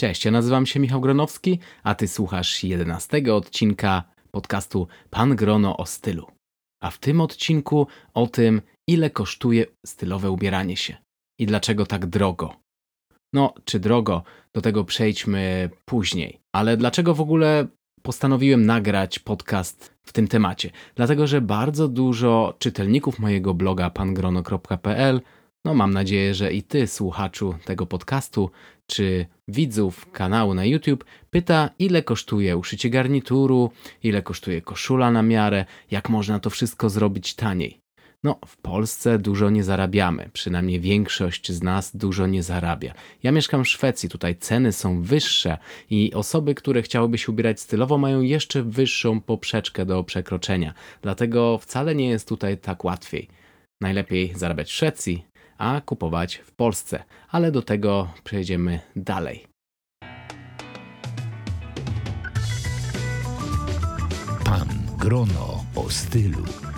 Cześć, ja nazywam się Michał Gronowski, a ty słuchasz 11 odcinka podcastu Pan Grono o stylu. A w tym odcinku o tym, ile kosztuje stylowe ubieranie się i dlaczego tak drogo. No, czy drogo, do tego przejdźmy później. Ale dlaczego w ogóle postanowiłem nagrać podcast w tym temacie? Dlatego, że bardzo dużo czytelników mojego bloga pangrono.pl, mam nadzieję, że i ty, słuchaczu tego podcastu, czy widzów kanału na YouTube, pyta, ile kosztuje uszycie garnituru, ile kosztuje koszula na miarę, jak można to wszystko zrobić taniej. W Polsce dużo nie zarabiamy, przynajmniej większość z nas dużo nie zarabia. Ja mieszkam w Szwecji, tutaj ceny są wyższe i osoby, które chciałyby się ubierać stylowo, mają jeszcze wyższą poprzeczkę do przekroczenia. Dlatego wcale nie jest tutaj tak łatwiej. Najlepiej zarabiać w Szwecji, a kupować w Polsce. Ale do tego przejdziemy dalej. Pan Grono o stylu.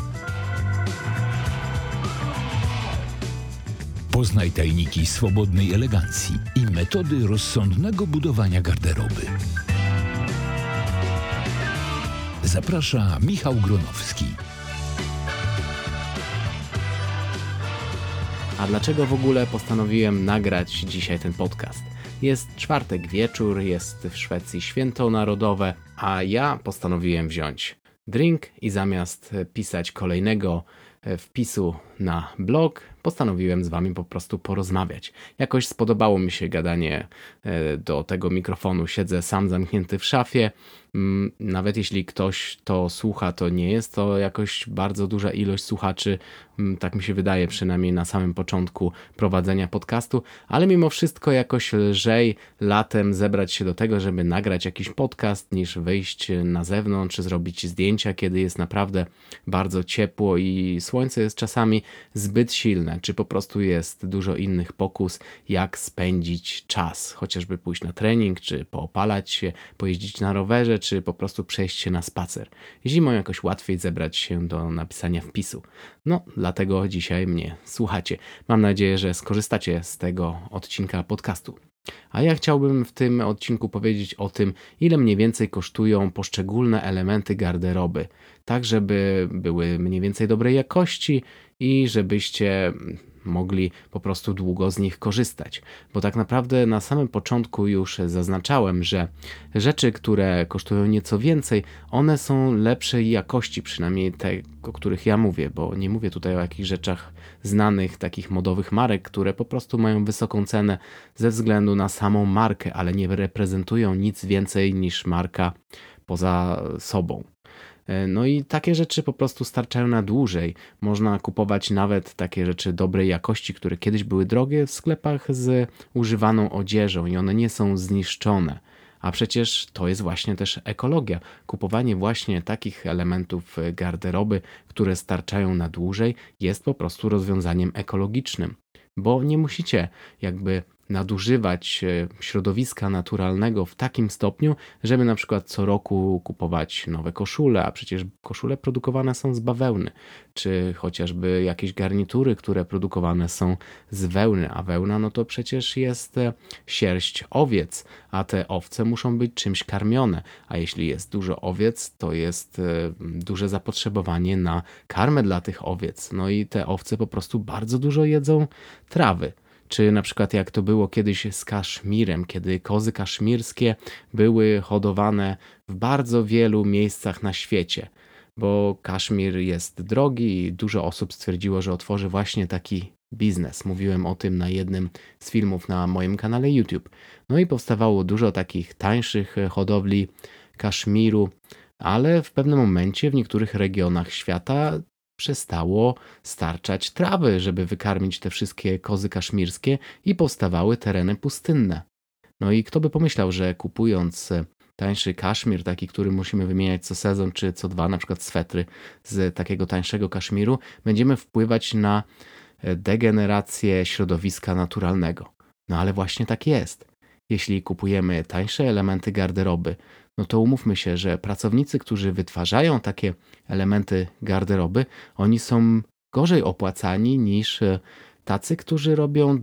Poznaj tajniki swobodnej elegancji i metody rozsądnego budowania garderoby. Zaprasza Michał Gronowski. A dlaczego w ogóle postanowiłem nagrać dzisiaj ten podcast? Jest czwartek wieczór, jest w Szwecji święto narodowe, a ja postanowiłem wziąć drink i zamiast pisać kolejnego wpisu na blog, postanowiłem z wami po prostu porozmawiać. Jakoś spodobało mi się gadanie do tego mikrofonu. Siedzę sam zamknięty w szafie. Nawet jeśli ktoś to słucha, to nie jest to jakoś bardzo duża ilość słuchaczy. Tak mi się wydaje, przynajmniej na samym początku prowadzenia podcastu. Ale mimo wszystko jakoś lżej latem zebrać się do tego, żeby nagrać jakiś podcast, niż wyjść na zewnątrz, zrobić zdjęcia, kiedy jest naprawdę bardzo ciepło i słońce jest czasami zbyt silne, czy po prostu jest dużo innych pokus, jak spędzić czas, chociażby pójść na trening, czy poopalać się, pojeździć na rowerze, czy po prostu przejść się na spacer. Zimą jakoś łatwiej zebrać się do napisania wpisu. Dlatego dzisiaj mnie słuchacie. Mam nadzieję, że skorzystacie z tego odcinka podcastu. A ja chciałbym w tym odcinku powiedzieć o tym, ile mniej więcej kosztują poszczególne elementy garderoby, tak żeby były mniej więcej dobrej jakości i żebyście mogli po prostu długo z nich korzystać. Bo tak naprawdę na samym początku już zaznaczałem, że rzeczy, które kosztują nieco więcej, one są lepszej jakości, przynajmniej te, o których ja mówię, bo nie mówię tutaj o jakichś rzeczach znanych, takich modowych marek, które po prostu mają wysoką cenę ze względu na samą markę, ale nie reprezentują nic więcej niż marka poza sobą. I takie rzeczy po prostu starczają na dłużej. Można kupować nawet takie rzeczy dobrej jakości, które kiedyś były drogie w sklepach z używaną odzieżą i one nie są zniszczone. A przecież to jest właśnie też ekologia. Kupowanie właśnie takich elementów garderoby, które starczają na dłużej, jest po prostu rozwiązaniem ekologicznym. Bo nie musicie nadużywać środowiska naturalnego w takim stopniu, żeby na przykład co roku kupować nowe koszule, a przecież koszule produkowane są z bawełny, czy chociażby jakieś garnitury, które produkowane są z wełny, a wełna to przecież jest sierść owiec, a te owce muszą być czymś karmione, a jeśli jest dużo owiec, to jest duże zapotrzebowanie na karmę dla tych owiec, i te owce po prostu bardzo dużo jedzą trawy. Czy na przykład jak to było kiedyś z kaszmirem, kiedy kozy kaszmirskie były hodowane w bardzo wielu miejscach na świecie, bo kaszmir jest drogi i dużo osób stwierdziło, że otworzy właśnie taki biznes. Mówiłem o tym na jednym z filmów na moim kanale YouTube. I powstawało dużo takich tańszych hodowli kaszmiru, ale w pewnym momencie w niektórych regionach świata przestało starczać trawy, żeby wykarmić te wszystkie kozy kaszmirskie i powstawały tereny pustynne. I kto by pomyślał, że kupując tańszy kaszmir, taki, który musimy wymieniać co sezon czy co dwa, na przykład swetry z takiego tańszego kaszmiru, będziemy wpływać na degenerację środowiska naturalnego. Ale właśnie tak jest. Jeśli kupujemy tańsze elementy garderoby, to umówmy się, że pracownicy, którzy wytwarzają takie elementy garderoby, oni są gorzej opłacani niż tacy, którzy robią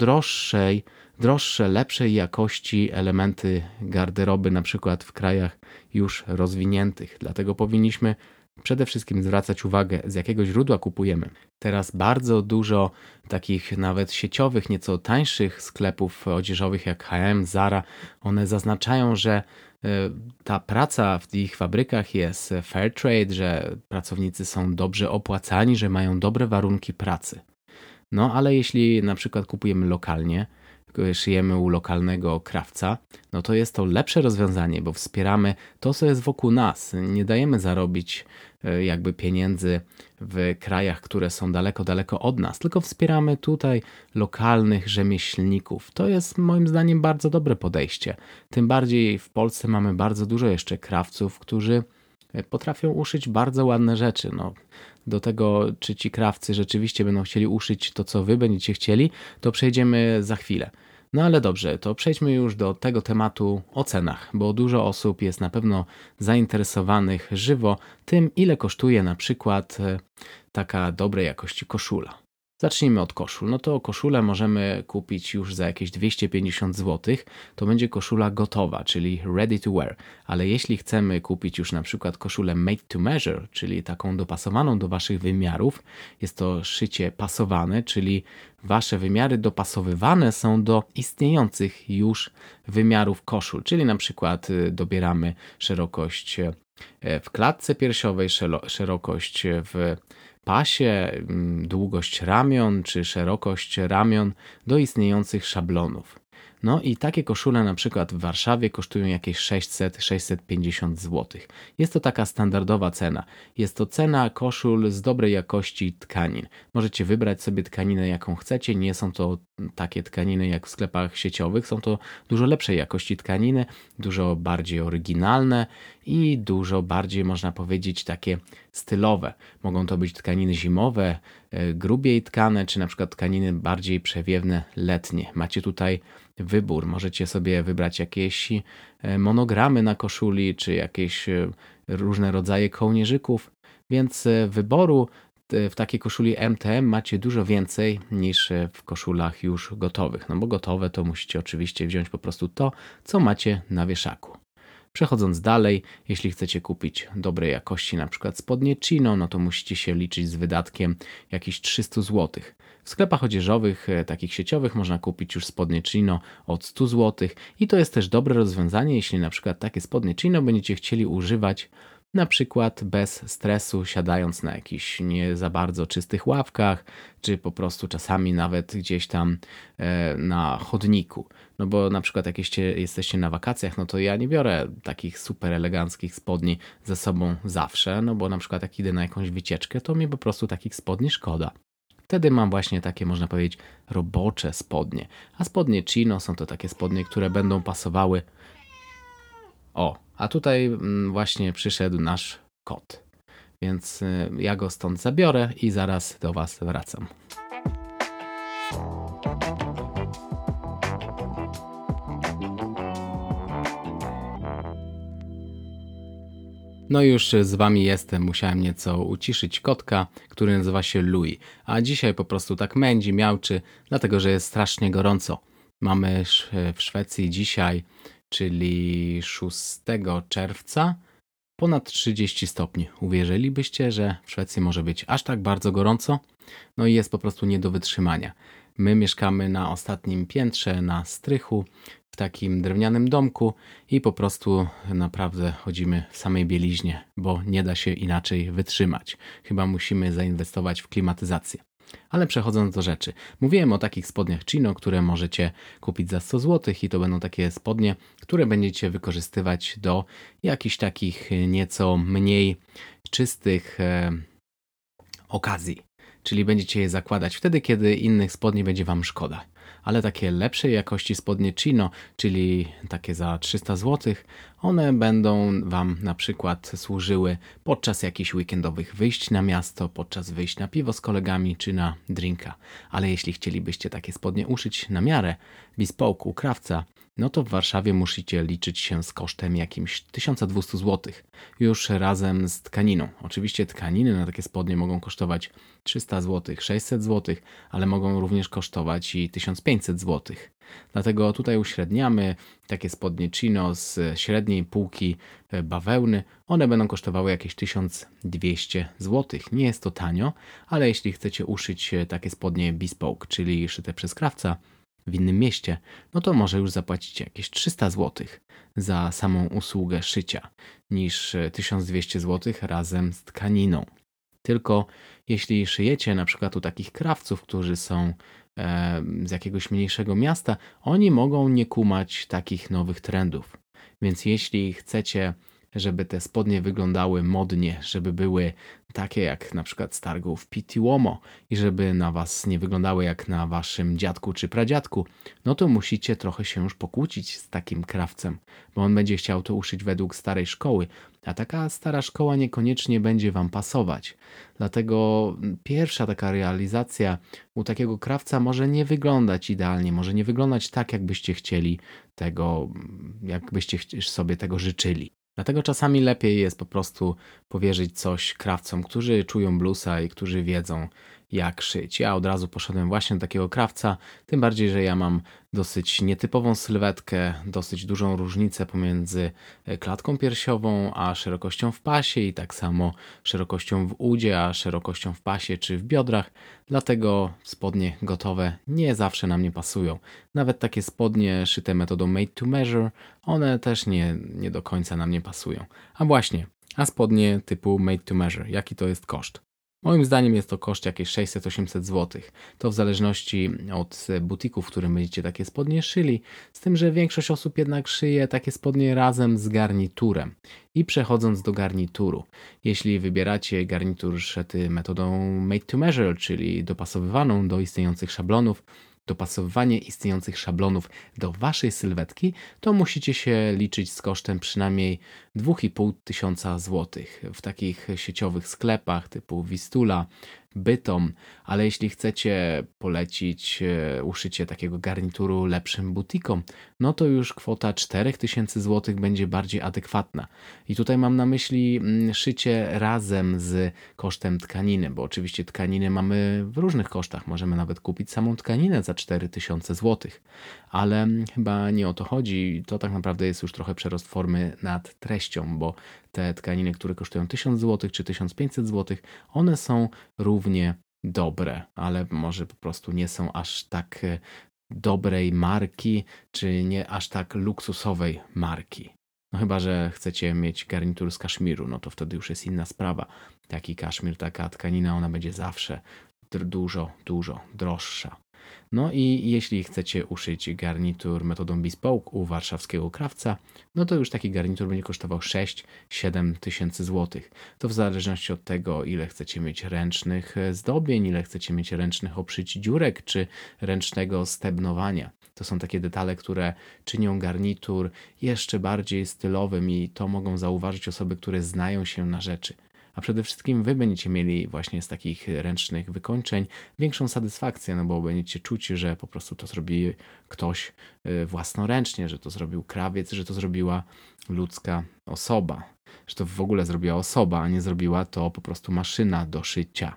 droższe, lepszej jakości elementy garderoby, na przykład w krajach już rozwiniętych. Dlatego powinniśmy przede wszystkim zwracać uwagę, z jakiego źródła kupujemy. Teraz bardzo dużo takich nawet sieciowych, nieco tańszych sklepów odzieżowych jak H&M, Zara, one zaznaczają, że ta praca w ich fabrykach jest fair trade, że pracownicy są dobrze opłacani, że mają dobre warunki pracy. No ale jeśli na przykład kupujemy lokalnie, szyjemy u lokalnego krawca, no to jest to lepsze rozwiązanie, bo wspieramy to, co jest wokół nas. Nie dajemy zarobić jakby pieniędzy w krajach, które są daleko, daleko od nas, tylko wspieramy tutaj lokalnych rzemieślników. To jest moim zdaniem bardzo dobre podejście. Tym bardziej w Polsce mamy bardzo dużo jeszcze krawców, którzy potrafią uszyć bardzo ładne rzeczy. No, do tego, czy ci krawcy rzeczywiście będą chcieli uszyć to, co wy będziecie chcieli, to przejdziemy za chwilę. No ale dobrze, to przejdźmy już do tego tematu o cenach, bo dużo osób jest na pewno zainteresowanych żywo tym, ile kosztuje na przykład taka dobrej jakości koszula. Zacznijmy od koszul. No to koszulę możemy kupić już za jakieś 250 zł. To będzie koszula gotowa, czyli ready to wear. Ale jeśli chcemy kupić już na przykład koszulę made to measure, czyli taką dopasowaną do waszych wymiarów, jest to szycie pasowane, czyli wasze wymiary dopasowywane są do istniejących już wymiarów koszul, czyli na przykład dobieramy szerokość w klatce piersiowej, szerokość w pasie, długość ramion czy szerokość ramion do istniejących szablonów. No i takie koszule na przykład w Warszawie kosztują jakieś 600-650 zł. Jest to taka standardowa cena. Jest to cena koszul z dobrej jakości tkanin. Możecie wybrać sobie tkaninę, jaką chcecie. Nie są to takie tkaniny jak w sklepach sieciowych. Są to dużo lepszej jakości tkaniny, dużo bardziej oryginalne i dużo bardziej, można powiedzieć, takie stylowe. Mogą to być tkaniny zimowe, grubiej tkane, czy na przykład tkaniny bardziej przewiewne, letnie. Macie tutaj wybór. Możecie sobie wybrać jakieś monogramy na koszuli, czy jakieś różne rodzaje kołnierzyków, więc wyboru w takiej koszuli MTM macie dużo więcej niż w koszulach już gotowych. No bo gotowe to musicie oczywiście wziąć po prostu to, co macie na wieszaku. Przechodząc dalej, jeśli chcecie kupić dobrej jakości na przykład spodnie chino, no to musicie się liczyć z wydatkiem jakichś 300 zł. W sklepach odzieżowych, takich sieciowych, można kupić już spodnie chino od 100 zł i to jest też dobre rozwiązanie, jeśli na przykład takie spodnie chino będziecie chcieli używać na przykład bez stresu, siadając na jakichś nie za bardzo czystych ławkach, czy po prostu czasami nawet gdzieś tam na chodniku. No bo na przykład jak jesteście na wakacjach, no to ja nie biorę takich super eleganckich spodni ze sobą zawsze, no bo na przykład jak idę na jakąś wycieczkę, to mi po prostu takich spodni szkoda. Wtedy mam właśnie takie, można powiedzieć, robocze spodnie. A spodnie chino są to takie spodnie, które będą pasowały. A tutaj właśnie przyszedł nasz kot, więc ja go stąd zabiorę i zaraz do was wracam. No już z wami jestem, musiałem nieco uciszyć kotka, który nazywa się Louis, a dzisiaj po prostu tak mędzi, miauczy, dlatego że jest strasznie gorąco. Mamy w Szwecji dzisiaj, czyli 6 czerwca, ponad 30 stopni. Uwierzylibyście, że w Szwecji może być aż tak bardzo gorąco? No i jest po prostu nie do wytrzymania. My mieszkamy na ostatnim piętrze, na strychu, w takim drewnianym domku i po prostu naprawdę chodzimy w samej bieliźnie, bo nie da się inaczej wytrzymać. Chyba musimy zainwestować w klimatyzację. Ale przechodząc do rzeczy. Mówiłem o takich spodniach chino, które możecie kupić za 100 zł i to będą takie spodnie, które będziecie wykorzystywać do jakichś takich nieco mniej czystych okazji. Czyli będziecie je zakładać wtedy, kiedy innych spodni będzie wam szkoda. ale takie lepszej jakości spodnie chino, czyli takie za 300 zł, one będą Wam na przykład służyły podczas jakichś weekendowych wyjść na miasto, podczas wyjść na piwo z kolegami czy na drinka. Ale jeśli chcielibyście takie spodnie uszyć na miarę, bespoke u krawca, no to w Warszawie musicie liczyć się z kosztem jakimś 1200 zł, już razem z tkaniną. Oczywiście tkaniny na takie spodnie mogą kosztować 300 zł, 600 zł, ale mogą również kosztować i 1500 zł. Dlatego tutaj uśredniamy takie spodnie chino z średniej półki bawełny. One będą kosztowały jakieś 1200 zł. Nie jest to tanio, ale jeśli chcecie uszyć takie spodnie bespoke, czyli szyte przez krawca, w innym mieście, no to może już zapłacicie jakieś 300 zł za samą usługę szycia, niż 1200 zł razem z tkaniną. Tylko jeśli szyjecie na przykład u takich krawców, którzy są z jakiegoś mniejszego miasta, oni mogą nie kumać takich nowych trendów. Więc jeśli chcecie, żeby te spodnie wyglądały modnie, żeby były takie jak na przykład z targów Pitti Uomo i żeby na was nie wyglądały jak na waszym dziadku czy pradziadku, no to musicie trochę się już pokłócić z takim krawcem, bo on będzie chciał to uszyć według starej szkoły, a taka stara szkoła niekoniecznie będzie wam pasować. Dlatego pierwsza taka realizacja u takiego krawca może nie wyglądać idealnie, może nie wyglądać tak, jakbyście chcieli tego, jakbyście sobie tego życzyli. Dlatego czasami lepiej jest po prostu powierzyć coś krawcom, którzy czują bluesa i którzy wiedzą, jak szyć. Ja od razu poszedłem właśnie do takiego krawca, tym bardziej, że ja mam dosyć nietypową sylwetkę, dosyć dużą różnicę pomiędzy klatką piersiową a szerokością w pasie i tak samo szerokością w udzie, a szerokością w pasie czy w biodrach. Dlatego spodnie gotowe nie zawsze na mnie pasują. Nawet takie spodnie szyte metodą made to measure, one też nie do końca na mnie pasują. A spodnie typu made to measure, jaki to jest koszt? Moim zdaniem jest to koszt jakieś 600-800 zł. To w zależności od butiku, w którym będziecie takie spodnie szyli, z tym, że większość osób jednak szyje takie spodnie razem z garniturem. I przechodząc do garnituru, jeśli wybieracie garnitur szyty metodą made to measure, czyli dopasowywaną do istniejących szablonów, dopasowywanie istniejących szablonów do waszej sylwetki, to musicie się liczyć z kosztem przynajmniej 2500 zł w takich sieciowych sklepach typu Wistula, Bytom, ale jeśli chcecie polecić uszycie takiego garnituru lepszym butikom, no to już kwota 4000 zł będzie bardziej adekwatna. I tutaj mam na myśli szycie razem z kosztem tkaniny, bo oczywiście tkaniny mamy w różnych kosztach. Możemy nawet kupić samą tkaninę za 4000 zł, ale chyba nie o to chodzi. To tak naprawdę jest już trochę przerost formy nad treścią, bo te tkaniny, które kosztują 1000 zł czy 1500 zł, one są równie dobre, ale może po prostu nie są aż tak dobrej marki, czy nie aż tak luksusowej marki. No chyba że chcecie mieć garnitur z kaszmiru, no to wtedy już jest inna sprawa. Taki kaszmir, taka tkanina, ona będzie zawsze dużo droższa. No i jeśli chcecie uszyć garnitur metodą bespoke u warszawskiego krawca, no to już taki garnitur będzie kosztował 6-7 tysięcy złotych. To w zależności od tego, ile chcecie mieć ręcznych zdobień, ile chcecie mieć ręcznych obszyć dziurek, czy ręcznego stebnowania. To są takie detale, które czynią garnitur jeszcze bardziej stylowym i to mogą zauważyć osoby, które znają się na rzeczy. A przede wszystkim wy będziecie mieli właśnie z takich ręcznych wykończeń większą satysfakcję, no bo będziecie czuć, że po prostu to zrobi ktoś własnoręcznie, że to zrobił krawiec, że to zrobiła ludzka osoba, że to w ogóle zrobiła osoba, a nie zrobiła to po prostu maszyna do szycia.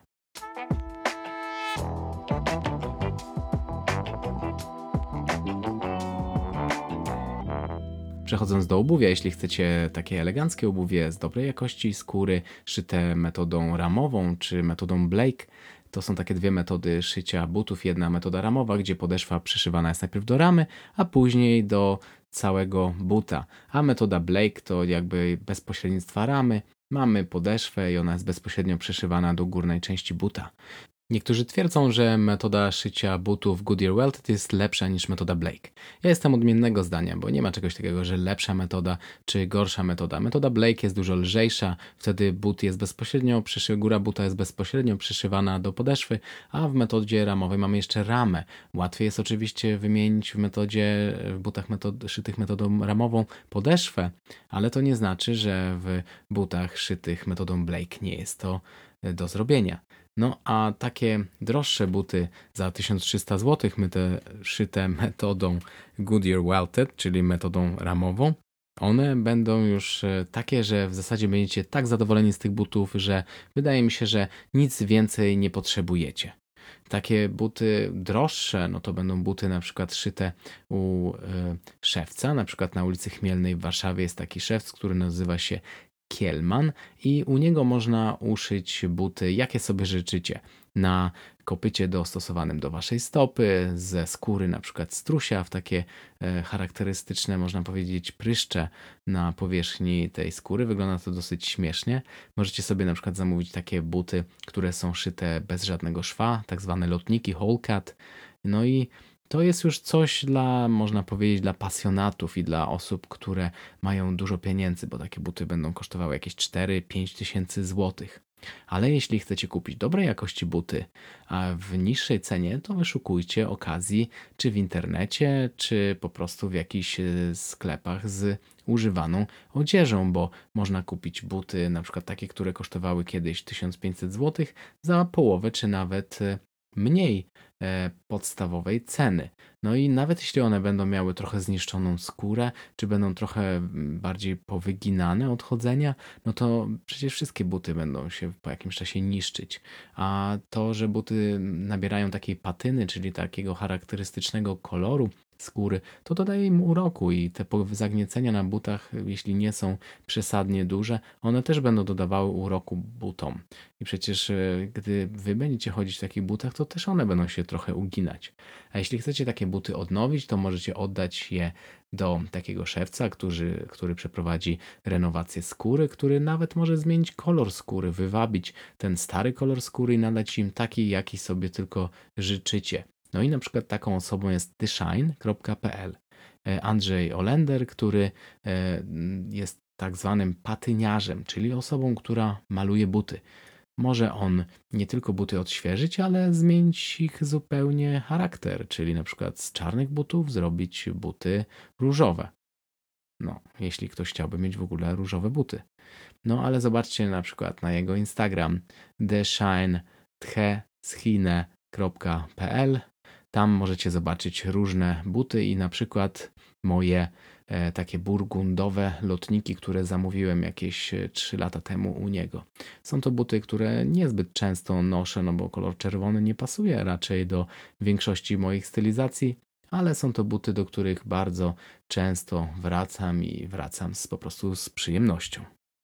Przechodząc do obuwia, jeśli chcecie takie eleganckie obuwie z dobrej jakości skóry, szyte metodą ramową czy metodą Blake, to są takie dwie metody szycia butów. Jedna metoda ramowa, gdzie podeszwa przyszywana jest najpierw do ramy, a później do całego buta. A metoda Blake to jakby bez pośrednictwa ramy. Mamy podeszwę i ona jest bezpośrednio przyszywana do górnej części buta. Niektórzy twierdzą, że metoda szycia butów Goodyear Welted jest lepsza niż metoda Blake. Ja jestem odmiennego zdania, bo nie ma czegoś takiego, że lepsza metoda czy gorsza metoda. Metoda Blake jest dużo lżejsza, wtedy but jest bezpośrednio góra buta jest bezpośrednio przyszywana do podeszwy, a w metodzie ramowej mamy jeszcze ramę. Łatwiej jest oczywiście wymienić w butach szytych metodą ramową podeszwę, ale to nie znaczy, że w butach szytych metodą Blake nie jest to do zrobienia. No a takie droższe buty za 1300 zł, szyte metodą Goodyear Welted, czyli metodą ramową, one będą już takie, że w zasadzie będziecie tak zadowoleni z tych butów, że wydaje mi się, że nic więcej nie potrzebujecie. Takie buty droższe, no to będą buty na przykład szyte u szewca, na przykład na ulicy Chmielnej w Warszawie jest taki szewc, który nazywa się Kielman i u niego można uszyć buty, jakie sobie życzycie. Na kopycie dostosowanym do waszej stopy, ze skóry na przykład strusia, w takie charakterystyczne, można powiedzieć, pryszcze na powierzchni tej skóry. Wygląda to dosyć śmiesznie. Możecie sobie na przykład zamówić takie buty, które są szyte bez żadnego szwa, tak zwane lotniki, hole cut. No i to jest już coś można powiedzieć, dla pasjonatów i dla osób, które mają dużo pieniędzy, bo takie buty będą kosztowały jakieś 4-5 tysięcy złotych. Ale jeśli chcecie kupić dobrej jakości buty, a w niższej cenie, to wyszukujcie okazji, czy w internecie, czy po prostu w jakichś sklepach z używaną odzieżą, bo można kupić buty, na przykład takie, które kosztowały kiedyś 1500 zł, za połowę, czy nawet mniej podstawowej ceny. No i nawet jeśli one będą miały trochę zniszczoną skórę, czy będą trochę bardziej powyginane od chodzenia, no to przecież wszystkie buty będą się po jakimś czasie niszczyć. A to, że buty nabierają takiej patyny, czyli takiego charakterystycznego koloru skóry, to dodaje im uroku i te zagniecenia na butach, jeśli nie są przesadnie duże, one też będą dodawały uroku butom. I przecież gdy wy będziecie chodzić w takich butach, to też one będą się trochę uginać. A jeśli chcecie takie buty odnowić, to możecie oddać je do takiego szewca, który przeprowadzi renowację skóry, który nawet może zmienić kolor skóry, wywabić ten stary kolor skóry i nadać im taki, jaki sobie tylko życzycie. No i na przykład taką osobą jest theshine.pl. Andrzej Olender, który jest tak zwanym patyniarzem, czyli osobą, która maluje buty. Może on nie tylko buty odświeżyć, ale zmienić ich zupełnie charakter, czyli na przykład z czarnych butów zrobić buty różowe. No, jeśli ktoś chciałby mieć w ogóle różowe buty. No, ale zobaczcie na przykład na jego Instagram theshine.pl. Tam możecie zobaczyć różne buty i na przykład moje takie burgundowe lotniki, które zamówiłem jakieś 3 lata temu u niego. Są to buty, które niezbyt często noszę, no bo kolor czerwony nie pasuje raczej do większości moich stylizacji, ale są to buty, do których bardzo często wracam i wracam po prostu z przyjemnością.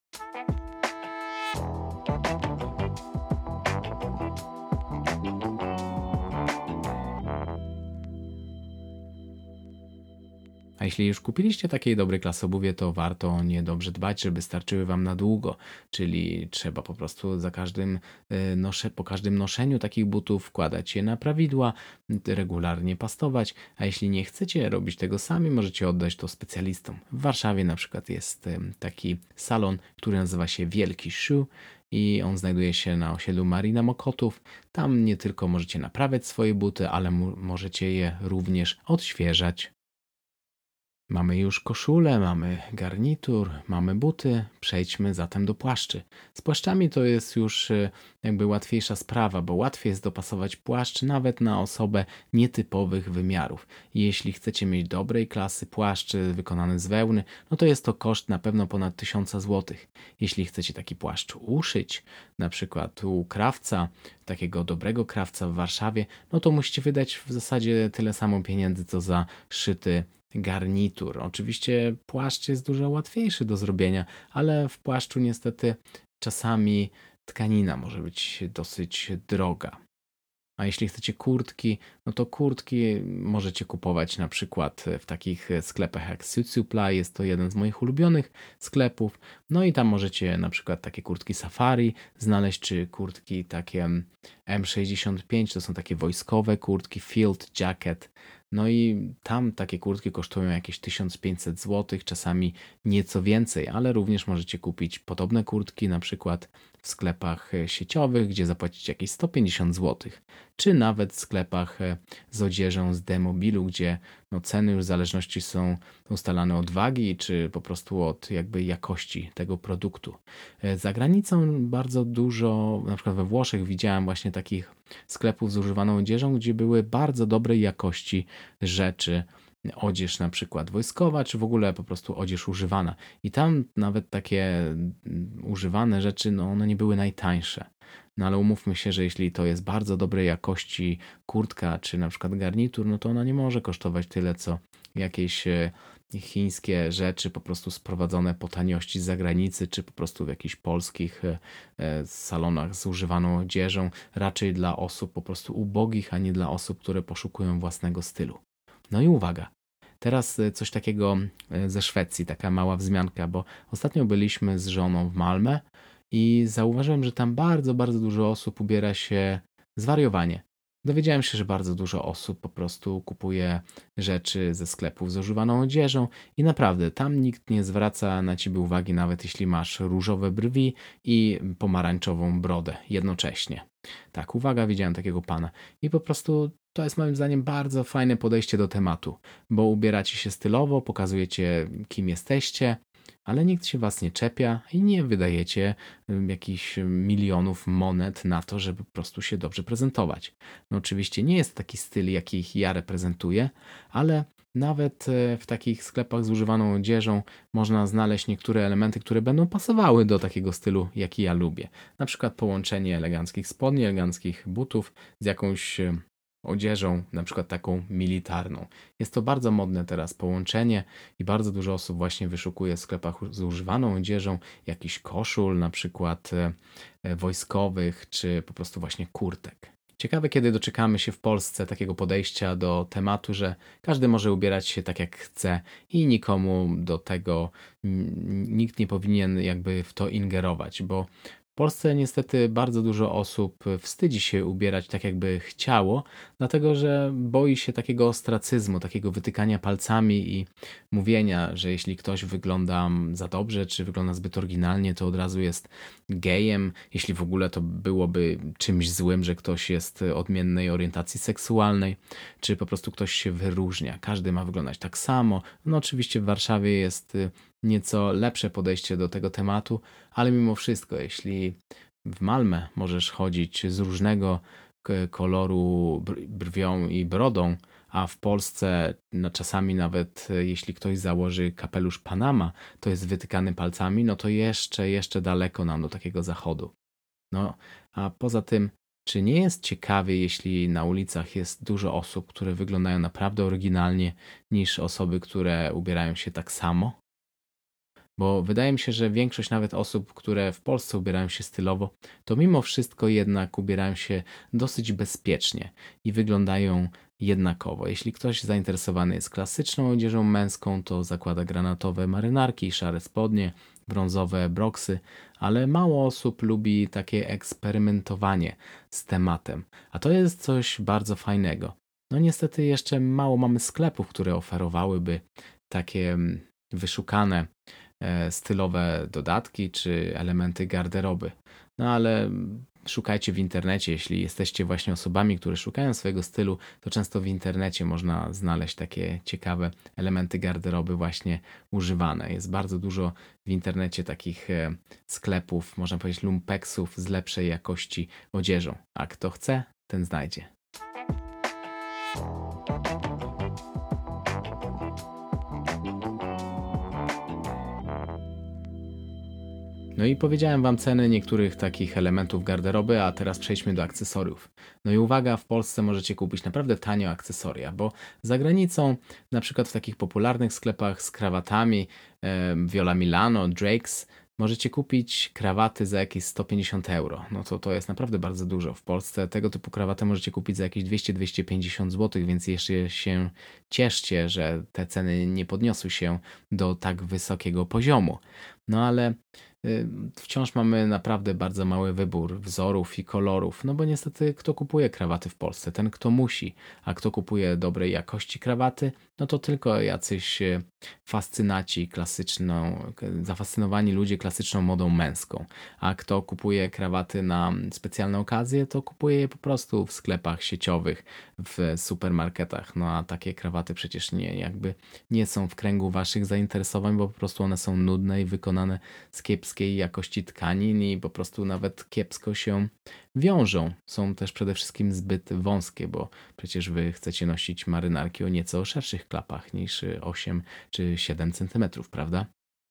A jeśli już kupiliście takiej dobrej klasy obuwie, to warto o nie dobrze dbać, żeby starczyły wam na długo. Czyli trzeba po prostu po każdym noszeniu takich butów wkładać je na prawidła, regularnie pastować. A jeśli nie chcecie robić tego sami, możecie oddać to specjalistom. W Warszawie na przykład jest taki salon, który nazywa się Wielki Shoe i on znajduje się na osiedlu Marina Mokotów. Tam nie tylko możecie naprawiać swoje buty, ale możecie je również odświeżać. Mamy już koszulę, mamy garnitur, mamy buty. Przejdźmy zatem do płaszczy. Z płaszczami to jest już jakby łatwiejsza sprawa, bo łatwiej jest dopasować płaszcz nawet na osobę nietypowych wymiarów. Jeśli chcecie mieć dobrej klasy płaszcz wykonany z wełny, no to jest to koszt na pewno ponad 1000 zł. Jeśli chcecie taki płaszcz uszyć, na przykład u krawca, takiego dobrego krawca w Warszawie, no to musicie wydać w zasadzie tyle samo pieniędzy, co za szyty garnitur. Oczywiście płaszcz jest dużo łatwiejszy do zrobienia, ale w płaszczu niestety czasami tkanina może być dosyć droga. A jeśli chcecie kurtki, no to kurtki możecie kupować na przykład w takich sklepach jak Suit Supply, jest to jeden z moich ulubionych sklepów. No i tam możecie na przykład takie kurtki safari znaleźć, czy kurtki takie M65, to są takie wojskowe kurtki, field jacket. No i tam takie kurtki kosztują jakieś 1500 zł, czasami nieco więcej, ale również możecie kupić podobne kurtki na przykład w sklepach sieciowych, gdzie zapłacicie jakieś 150 zł, czy nawet w sklepach z odzieżą z Demobilu, gdzie no, ceny już w zależności są ustalane od wagi, czy po prostu od jakby jakości tego produktu. Za granicą bardzo dużo, na przykład we Włoszech widziałem właśnie takich sklepów z używaną odzieżą, gdzie były bardzo dobrej jakości rzeczy, odzież na przykład wojskowa, czy w ogóle po prostu odzież używana. I tam nawet takie używane rzeczy, no one nie były najtańsze. No ale umówmy się, że jeśli to jest bardzo dobrej jakości kurtka, czy na przykład garnitur, no to ona nie może kosztować tyle, co jakieś chińskie rzeczy po prostu sprowadzone po taniości z zagranicy, czy po prostu w jakichś polskich salonach z używaną odzieżą, raczej dla osób po prostu ubogich, a nie dla osób, które poszukują własnego stylu. No i uwaga, teraz coś takiego ze Szwecji, taka mała wzmianka, bo ostatnio byliśmy z żoną w Malmö i zauważyłem, że tam bardzo, bardzo dużo osób ubiera się zwariowanie. Dowiedziałem się, że bardzo dużo osób po prostu kupuje rzeczy ze sklepów z używaną odzieżą i naprawdę tam nikt nie zwraca na ciebie uwagi, nawet jeśli masz różowe brwi i pomarańczową brodę jednocześnie. Tak, uwaga, widziałem takiego pana. I po prostu to jest moim zdaniem bardzo fajne podejście do tematu, bo ubieracie się stylowo, pokazujecie kim jesteście, ale nikt się was nie czepia i nie wydajecie jakichś milionów monet na to, żeby po prostu się dobrze prezentować. No oczywiście nie jest taki styl, jaki ja reprezentuję, ale nawet w takich sklepach z używaną odzieżą można znaleźć niektóre elementy, które będą pasowały do takiego stylu, jaki ja lubię. Na przykład połączenie eleganckich spodni, eleganckich butów z jakąś odzieżą, na przykład taką militarną. Jest to bardzo modne teraz połączenie i bardzo dużo osób właśnie wyszukuje w sklepach z używaną odzieżą jakiś koszul, na przykład wojskowych, czy po prostu właśnie kurtek. Ciekawe, kiedy doczekamy się w Polsce takiego podejścia do tematu, że każdy może ubierać się tak jak chce i nikomu do tego nikt nie powinien jakby w to ingerować, bo w Polsce niestety bardzo dużo osób wstydzi się ubierać tak, jakby chciało, dlatego że boi się takiego ostracyzmu, takiego wytykania palcami i mówienia, że jeśli ktoś wygląda za dobrze, czy wygląda zbyt oryginalnie, to od razu jest gejem, jeśli w ogóle to byłoby czymś złym, że ktoś jest odmiennej orientacji seksualnej, czy po prostu ktoś się wyróżnia. Każdy ma wyglądać tak samo. No oczywiście w Warszawie jest nieco lepsze podejście do tego tematu, ale mimo wszystko, jeśli w Malmę możesz chodzić z różnego koloru brwią i brodą, a w Polsce no, czasami nawet jeśli ktoś założy kapelusz Panama, to jest wytykany palcami, no to jeszcze daleko nam do takiego zachodu. No, a poza tym, czy nie jest ciekawie, jeśli na ulicach jest dużo osób, które wyglądają naprawdę oryginalnie, niż osoby, które ubierają się tak samo? Bo wydaje mi się, że większość nawet osób, które w Polsce ubierają się stylowo, to mimo wszystko jednak ubierają się dosyć bezpiecznie i wyglądają jednakowo. Jeśli ktoś zainteresowany jest klasyczną odzieżą męską, to zakłada granatowe marynarki, szare spodnie, brązowe broksy, ale mało osób lubi takie eksperymentowanie z tematem. A to jest coś bardzo fajnego. No niestety jeszcze mało mamy sklepów, które oferowałyby takie wyszukane stylowe dodatki czy elementy garderoby. No ale szukajcie w internecie, jeśli jesteście właśnie osobami, które szukają swojego stylu, to często w internecie można znaleźć takie ciekawe elementy garderoby właśnie używane. Jest bardzo dużo w internecie takich sklepów, można powiedzieć lumpeksów z lepszej jakości odzieżą. A kto chce, ten znajdzie. No i powiedziałem wam ceny niektórych takich elementów garderoby, a teraz przejdźmy do akcesoriów. No i uwaga, w Polsce możecie kupić naprawdę tanio akcesoria, bo za granicą, na przykład w takich popularnych sklepach z krawatami, Viola Milano, Drake's, możecie kupić krawaty za jakieś 150 euro. No to jest naprawdę bardzo dużo. W Polsce tego typu krawaty możecie kupić za jakieś 200-250 zł, więc jeszcze się cieszcie, że te ceny nie podniosły się do tak wysokiego poziomu. No ale wciąż mamy naprawdę bardzo mały wybór wzorów i kolorów, no bo niestety kto kupuje krawaty w Polsce? Ten, kto musi, a kto kupuje dobrej jakości krawaty? No to tylko jacyś fascynaci zafascynowani ludzie klasyczną modą męską. A kto kupuje krawaty na specjalne okazje, to kupuje je po prostu w sklepach sieciowych, w supermarketach. No a takie krawaty przecież nie są w kręgu waszych zainteresowań, bo po prostu one są nudne i wykonane z kiepskiej jakości tkanin i po prostu nawet kiepsko się wiążą. Są też przede wszystkim zbyt wąskie, bo przecież wy chcecie nosić marynarki o nieco szerszych klapach niż 8 czy 7 centymetrów, prawda?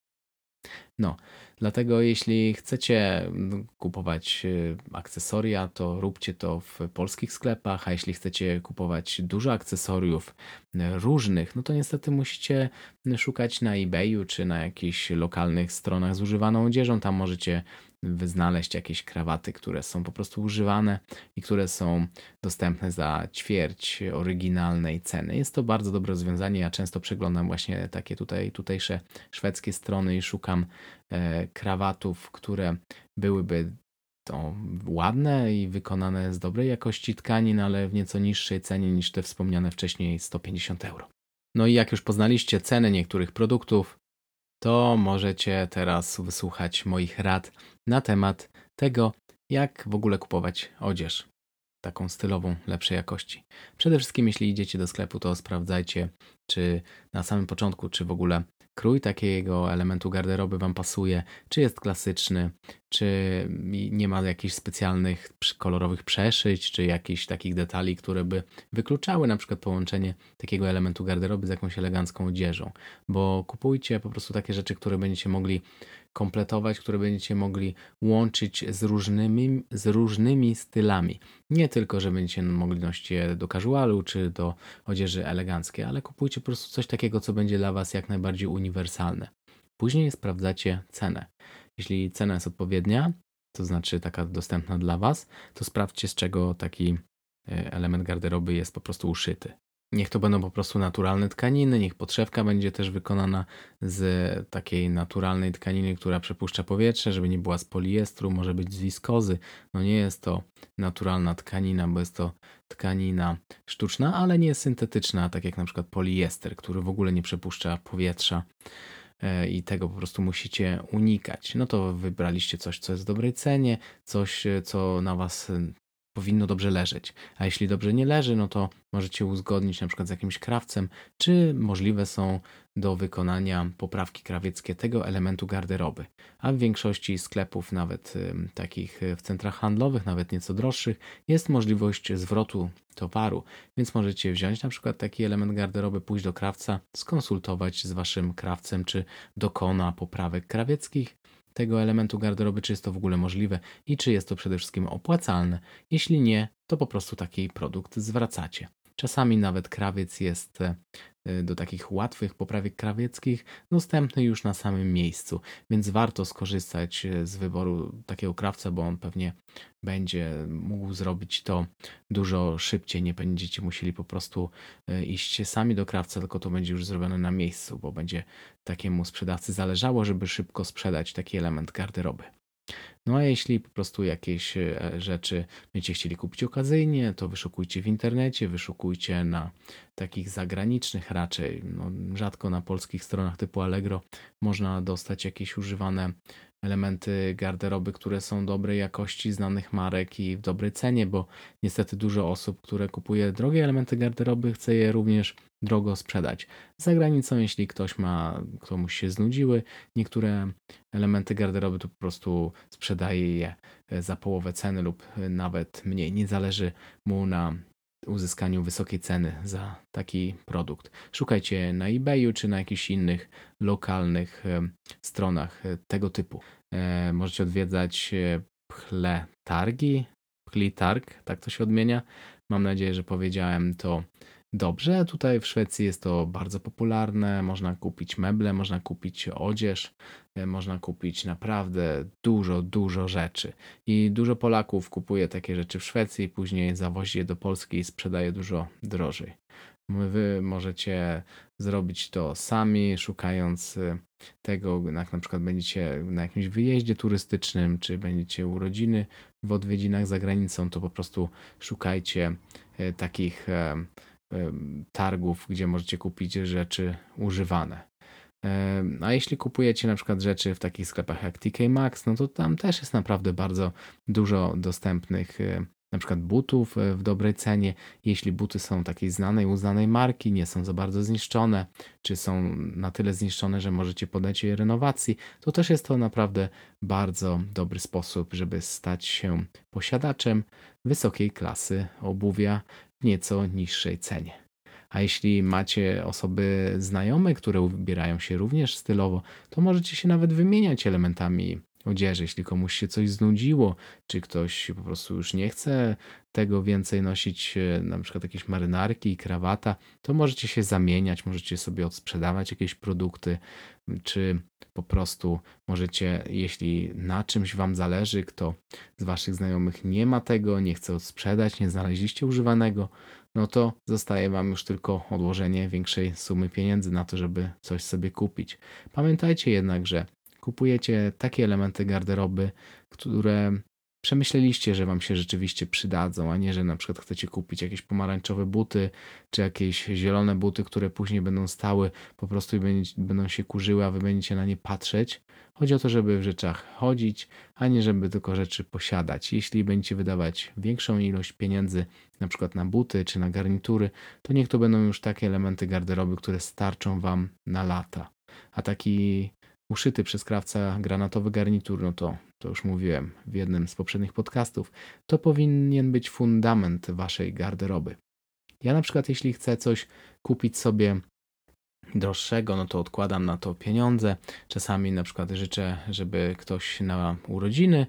No, dlatego jeśli chcecie kupować akcesoria, to róbcie to w polskich sklepach, a jeśli chcecie kupować dużo akcesoriów różnych, no to niestety musicie szukać na eBayu czy na jakichś lokalnych stronach z używaną odzieżą. Tam możecie znaleźć jakieś krawaty, które są po prostu używane i które są dostępne za ćwierć oryginalnej ceny. Jest to bardzo dobre rozwiązanie. Ja często przeglądam właśnie takie tutejsze szwedzkie strony i szukam krawatów, które byłyby to ładne i wykonane z dobrej jakości tkanin, ale w nieco niższej cenie niż te wspomniane wcześniej 150 euro. No i jak już poznaliście ceny niektórych produktów, to możecie teraz wysłuchać moich rad na temat tego, jak w ogóle kupować odzież taką stylową, lepszej jakości. Przede wszystkim, jeśli idziecie do sklepu, to sprawdzajcie, czy na samym początku, czy w ogóle krój takiego elementu garderoby Wam pasuje, czy jest klasyczny, czy nie ma jakichś specjalnych kolorowych przeszyć, czy jakichś takich detali, które by wykluczały na przykład połączenie takiego elementu garderoby z jakąś elegancką odzieżą. Bo kupujcie po prostu takie rzeczy, które będziecie mogli kompletować, które będziecie mogli łączyć z różnymi stylami. Nie tylko, że będziecie mogli nosić je do casualu czy do odzieży eleganckiej, ale kupujcie po prostu coś takiego, co będzie dla Was jak najbardziej uniwersalne. Później sprawdzacie cenę. Jeśli cena jest odpowiednia, to znaczy taka dostępna dla Was, to sprawdźcie, z czego taki element garderoby jest po prostu uszyty. Niech to będą po prostu naturalne tkaniny, niech podszewka będzie też wykonana z takiej naturalnej tkaniny, która przepuszcza powietrze, żeby nie była z poliestru, może być z wiskozy. No nie jest to naturalna tkanina, bo jest to tkanina sztuczna, ale nie syntetyczna, tak jak na przykład poliester, który w ogóle nie przepuszcza powietrza i tego po prostu musicie unikać. No to wybraliście coś, co jest w dobrej cenie, coś, co na Was powinno dobrze leżeć. A jeśli dobrze nie leży, no to możecie uzgodnić na przykład z jakimś krawcem, czy możliwe są do wykonania poprawki krawieckie tego elementu garderoby. A w większości sklepów, nawet takich w centrach handlowych, nawet nieco droższych, jest możliwość zwrotu towaru, więc możecie wziąć na przykład taki element garderoby, pójść do krawca, skonsultować z waszym krawcem, czy dokona poprawek krawieckich tego elementu garderoby, czy jest to w ogóle możliwe i czy jest to przede wszystkim opłacalne. Jeśli nie, to po prostu taki produkt zwracacie. Czasami nawet krawiec jest do takich łatwych poprawek krawieckich dostępny już na samym miejscu, więc warto skorzystać z wyboru takiego krawca, bo on pewnie będzie mógł zrobić to dużo szybciej. Nie będziecie musieli po prostu iść sami do krawca, tylko to będzie już zrobione na miejscu, bo będzie takiemu sprzedawcy zależało, żeby szybko sprzedać taki element garderoby. No a jeśli po prostu jakieś rzeczy będziecie chcieli kupić okazyjnie, to wyszukujcie w internecie, wyszukujcie na takich zagranicznych raczej. No, rzadko na polskich stronach typu Allegro można dostać jakieś używane elementy garderoby, które są dobrej jakości, znanych marek i w dobrej cenie, bo niestety dużo osób, które kupuje drogie elementy garderoby, chce je również drogo sprzedać. Za granicą, jeśli komuś się znudziły niektóre elementy garderoby, to po prostu sprzedaje je za połowę ceny lub nawet mniej. Nie zależy mu na uzyskaniu wysokiej ceny za taki produkt. Szukajcie na eBayu czy na jakichś innych lokalnych stronach tego typu. Możecie odwiedzać Pchletargi, tak to się odmienia. Mam nadzieję, że powiedziałem to dobrze. Tutaj w Szwecji jest to bardzo popularne. Można kupić meble, można kupić odzież, można kupić naprawdę dużo rzeczy. I dużo Polaków kupuje takie rzeczy w Szwecji, później zawozi je do Polski i sprzedaje dużo drożej. Wy możecie zrobić to sami, szukając tego, jak na przykład będziecie na jakimś wyjeździe turystycznym, czy będziecie u rodziny w odwiedzinach za granicą, to po prostu szukajcie takich targów, gdzie możecie kupić rzeczy używane. A jeśli kupujecie na przykład rzeczy w takich sklepach jak TK Maxx, no to tam też jest naprawdę bardzo dużo dostępnych na przykład butów w dobrej cenie. Jeśli buty są takiej znanej, uznanej marki, nie są za bardzo zniszczone, czy są na tyle zniszczone, że możecie podać je renowacji, to też jest to naprawdę bardzo dobry sposób, żeby stać się posiadaczem wysokiej klasy obuwia w nieco niższej cenie. A jeśli macie osoby znajome, które ubierają się również stylowo, to możecie się nawet wymieniać elementami odzieży. Jeśli komuś się coś znudziło, czy ktoś po prostu już nie chce tego więcej nosić, na przykład jakieś marynarki i krawata, to możecie się zamieniać, możecie sobie odsprzedawać jakieś produkty, czy po prostu możecie, jeśli na czymś wam zależy, kto z waszych znajomych nie ma tego, nie chce odsprzedać, nie znaleźliście używanego, no to zostaje wam już tylko odłożenie większej sumy pieniędzy na to, żeby coś sobie kupić. Pamiętajcie jednak, że kupujecie takie elementy garderoby, które przemyśleliście, że wam się rzeczywiście przydadzą, a nie, że na przykład chcecie kupić jakieś pomarańczowe buty, czy jakieś zielone buty, które później będą stały po prostu i będą się kurzyły, a wy będziecie na nie patrzeć. Chodzi o to, żeby w rzeczach chodzić, a nie żeby tylko rzeczy posiadać. Jeśli będziecie wydawać większą ilość pieniędzy na przykład na buty czy na garnitury, to niech to będą już takie elementy garderoby, które starczą wam na lata. A taki uszyty przez krawca granatowy garnitur, no to już mówiłem w jednym z poprzednich podcastów, to powinien być fundament waszej garderoby. Ja na przykład, jeśli chcę coś kupić sobie droższego, no to odkładam na to pieniądze. Czasami na przykład życzę, żeby ktoś na urodziny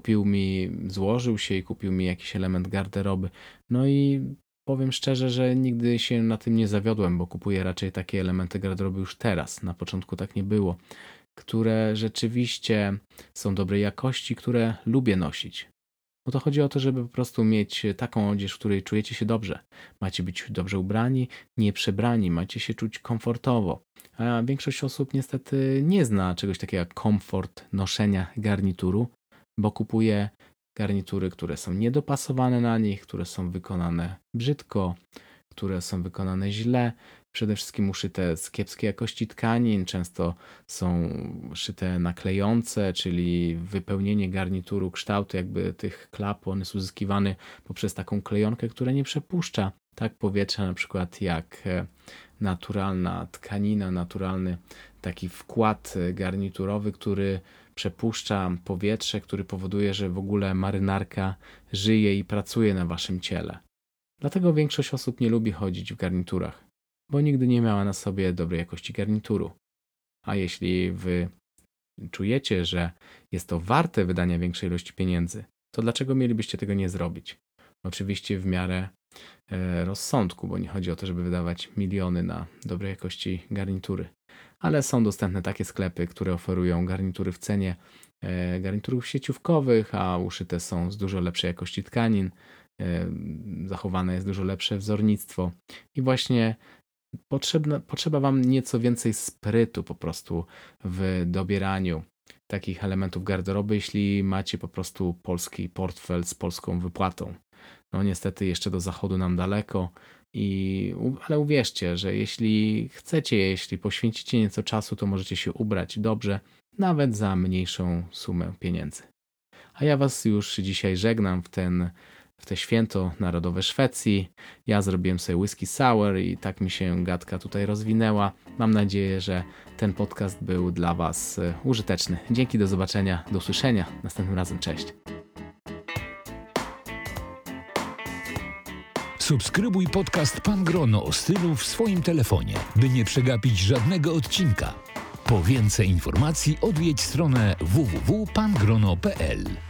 złożył się i kupił mi jakiś element garderoby. No i powiem szczerze, że nigdy się na tym nie zawiodłem, bo kupuję raczej takie elementy garderoby już teraz. Na początku tak nie było, które rzeczywiście są dobrej jakości, które lubię nosić. Bo to chodzi o to, żeby po prostu mieć taką odzież, w której czujecie się dobrze. Macie być dobrze ubrani, nie przebrani, macie się czuć komfortowo. A większość osób niestety nie zna czegoś takiego jak komfort noszenia garnituru, bo kupuje garnitury, które są niedopasowane na nich, które są wykonane brzydko, które są wykonane źle, przede wszystkim uszyte z kiepskiej jakości tkanin, często są szyte naklejące, czyli wypełnienie garnituru, kształtu jakby tych klap, on jest uzyskiwany poprzez taką klejonkę, która nie przepuszcza tak powietrza, na przykład jak naturalna tkanina, naturalny taki wkład garniturowy, który przepuszcza powietrze, który powoduje, że w ogóle marynarka żyje i pracuje na waszym ciele. Dlatego większość osób nie lubi chodzić w garniturach, bo nigdy nie miała na sobie dobrej jakości garnituru. A jeśli wy czujecie, że jest to warte wydania większej ilości pieniędzy, to dlaczego mielibyście tego nie zrobić? Oczywiście w miarę rozsądku, bo nie chodzi o to, żeby wydawać miliony na dobrej jakości garnitury. Ale są dostępne takie sklepy, które oferują garnitury w cenie garniturów sieciówkowych, a uszyte są z dużo lepszej jakości tkanin, zachowane jest dużo lepsze wzornictwo i właśnie potrzeba wam nieco więcej sprytu po prostu w dobieraniu takich elementów garderoby, jeśli macie po prostu polski portfel z polską wypłatą. No niestety jeszcze do zachodu nam daleko, ale uwierzcie, że jeśli chcecie, jeśli poświęcicie nieco czasu, to możecie się ubrać dobrze, nawet za mniejszą sumę pieniędzy. A ja was już dzisiaj żegnam w te święto narodowe Szwecji. Ja zrobiłem sobie whisky sour i tak mi się gadka tutaj rozwinęła. Mam nadzieję, że ten podcast był dla was użyteczny. Dzięki, do zobaczenia, do usłyszenia. Następnym razem, cześć. Subskrybuj podcast Pan Grono o stylu w swoim telefonie, by nie przegapić żadnego odcinka. Po więcej informacji odwiedź stronę www.pangrono.pl.